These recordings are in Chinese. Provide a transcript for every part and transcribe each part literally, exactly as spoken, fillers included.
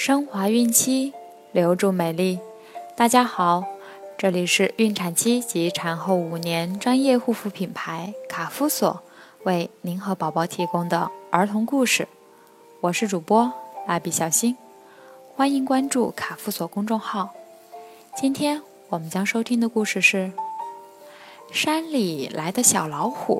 升华孕期，留住美丽。大家好，这里是孕产期及产后五年专业护肤品牌卡夫索为您和宝宝提供的儿童故事。我是主播蜡笔小新，欢迎关注卡夫索公众号。今天我们将收听的故事是山里来的小老虎。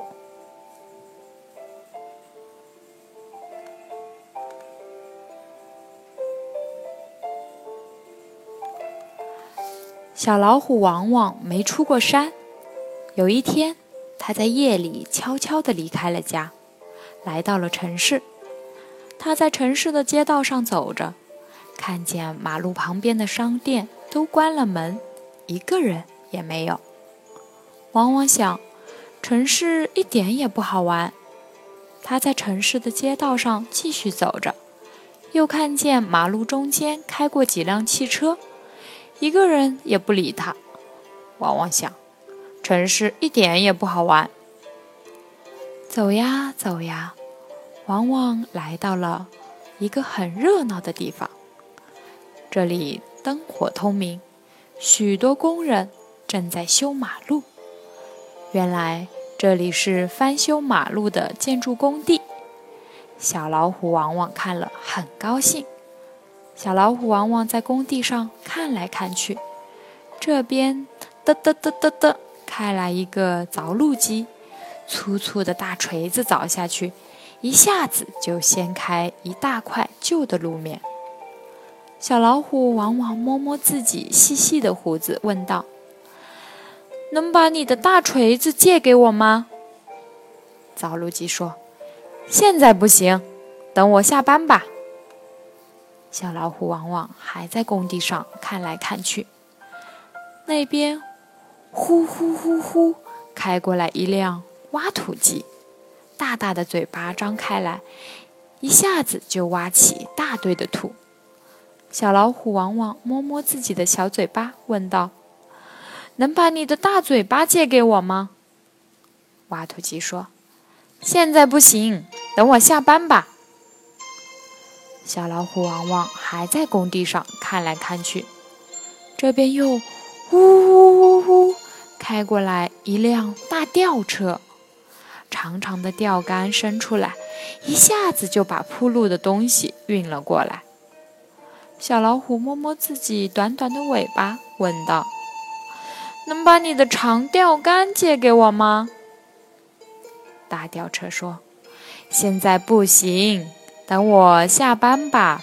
小老虎王王没出过山。有一天，他在夜里悄悄地离开了家，来到了城市。他在城市的街道上走着，看见马路旁边的商店都关了门，一个人也没有。王王想，城市一点也不好玩。他在城市的街道上继续走着，又看见马路中间开过几辆汽车，一个人也不理他。王王想，城市一点也不好玩。走呀走呀，王王来到了一个很热闹的地方。这里灯火通明，许多工人正在修马路。原来这里是翻修马路的建筑工地。小老虎王王看了很高兴。小老虎王王在工地上看来看去，这边嘚嘚嘚嘚嘚开来一个凿路机，粗粗的大锤子凿下去，一下子就掀开一大块旧的路面。小老虎王王摸摸自己细细的胡子，问道：“能把你的大锤子借给我吗？”凿路机说：“现在不行，等我下班吧。”小老虎王王还在工地上看来看去，那边呼呼呼呼开过来一辆挖土机，大大的嘴巴张开来，一下子就挖起大堆的土。小老虎王王摸摸自己的小嘴巴，问道：“能把你的大嘴巴借给我吗？”挖土机说：“现在不行，等我下班吧。”小老虎王王还在工地上看来看去，这边又呼呼呼呼开过来一辆大吊车，长长的吊杆伸出来，一下子就把铺路的东西运了过来。小老虎摸摸自己短短的尾巴，问道：“能把你的长吊杆借给我吗？”大吊车说：“现在不行，等我下班吧。”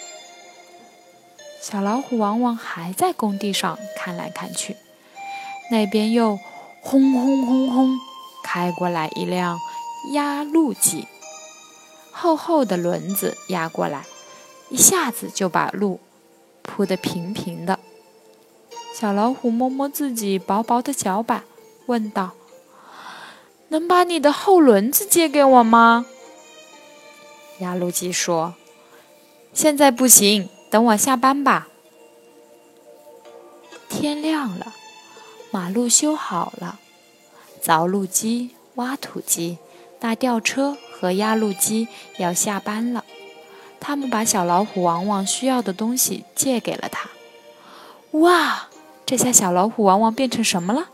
小老虎王王还在工地上看来看去，那边又轰轰轰轰开过来一辆压路机，厚厚的轮子压过来，一下子就把路铺得平平的。小老虎摸摸自己薄薄的脚板，问道：“能把你的后轮子借给我吗？”压路机说：“现在不行，等我下班吧。”天亮了，马路修好了，凿路机、挖土机、大吊车和压路机要下班了。他们把小老虎王王需要的东西借给了他。哇，这下小老虎王王变成什么了？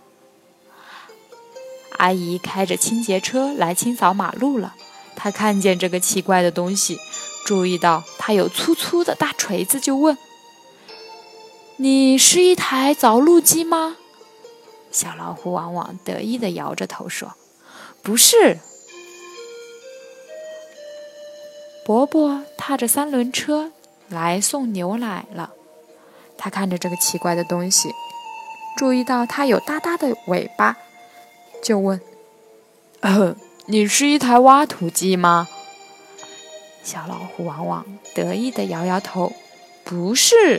阿姨开着清洁车来清扫马路了。他看见这个奇怪的东西，注意到它有粗粗的大锤子，就问：“你是一台凿路机吗？”小老虎王王得意地摇着头说：“不是。”伯伯踏着三轮车来送牛奶了。他看着这个奇怪的东西，注意到它有大大的尾巴，就问：“呃你是一台挖土机吗？”小老虎王王得意地摇摇头：“不是。”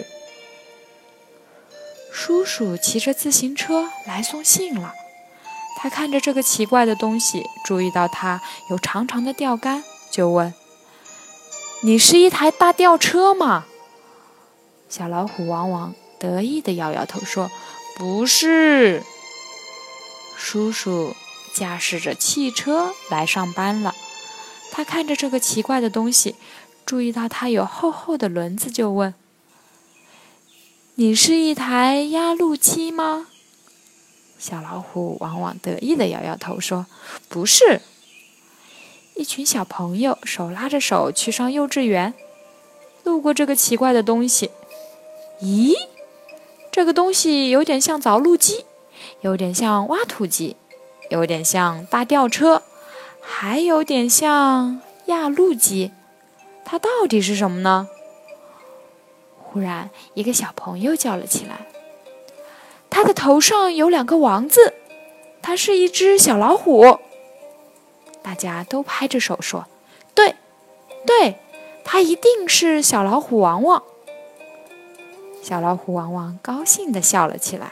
叔叔骑着自行车来送信了。他看着这个奇怪的东西，注意到它有长长的吊杆，就问：“你是一台大吊车吗？”小老虎王王得意地摇摇头说：“不是。”叔叔驾驶着汽车来上班了。他看着这个奇怪的东西， 注意到它有厚厚的轮子，就问：“你是一台压路机吗？”小老虎往往得意地摇摇头说：“不是。”一群小朋友手拉着手去上幼稚园，路过这个奇怪的东西。咦，这个东西有点像凿路机，有点像挖土机，有点像大吊车，还有点像压路机。它到底是什么呢？忽然，一个小朋友叫了起来：“它的头上有两个王字，它是一只小老虎。”大家都拍着手说：“对，对，它一定是小老虎王王。”小老虎王王高兴地笑了起来。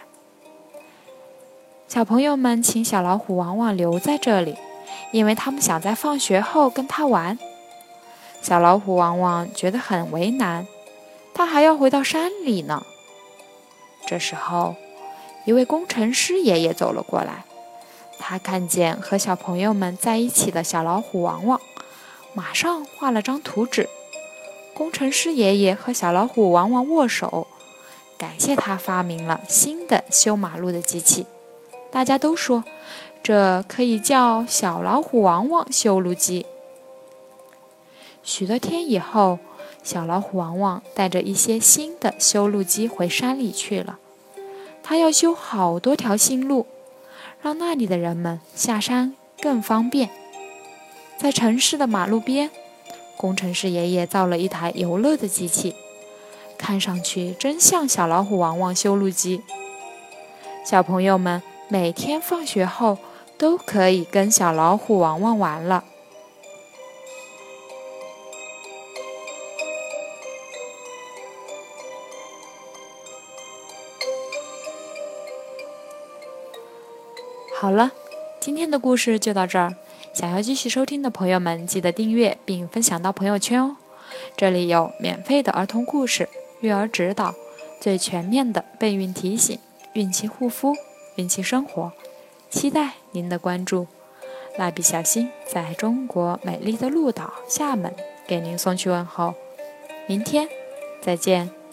小朋友们请小老虎王王留在这里，因为他们想在放学后跟他玩。小老虎王王觉得很为难，他还要回到山里呢。这时候，一位工程师爷爷走了过来，他看见和小朋友们在一起的小老虎王王，马上画了张图纸。工程师爷爷和小老虎王王握手，感谢他发明了新的修马路的机器。大家都说，这可以叫小老虎王王修路机。许多天以后，小老虎王王带着一些新的修路机回山里去了。他要修好多条新路，让那里的人们下山更方便。在城市的马路边，工程师爷爷造了一台游乐的机器，看上去真像小老虎王王修路机。小朋友们每天放学后都可以跟小老虎王王玩了。好了，今天的故事就到这儿。想要继续收听的朋友们，记得订阅并分享到朋友圈哦。这里有免费的儿童故事、育儿指导、最全面的备孕提醒、孕期护肤、孕期生活，期待您的关注。蜡笔小新在中国美丽的鹭岛厦门给您送去问候，明天再见。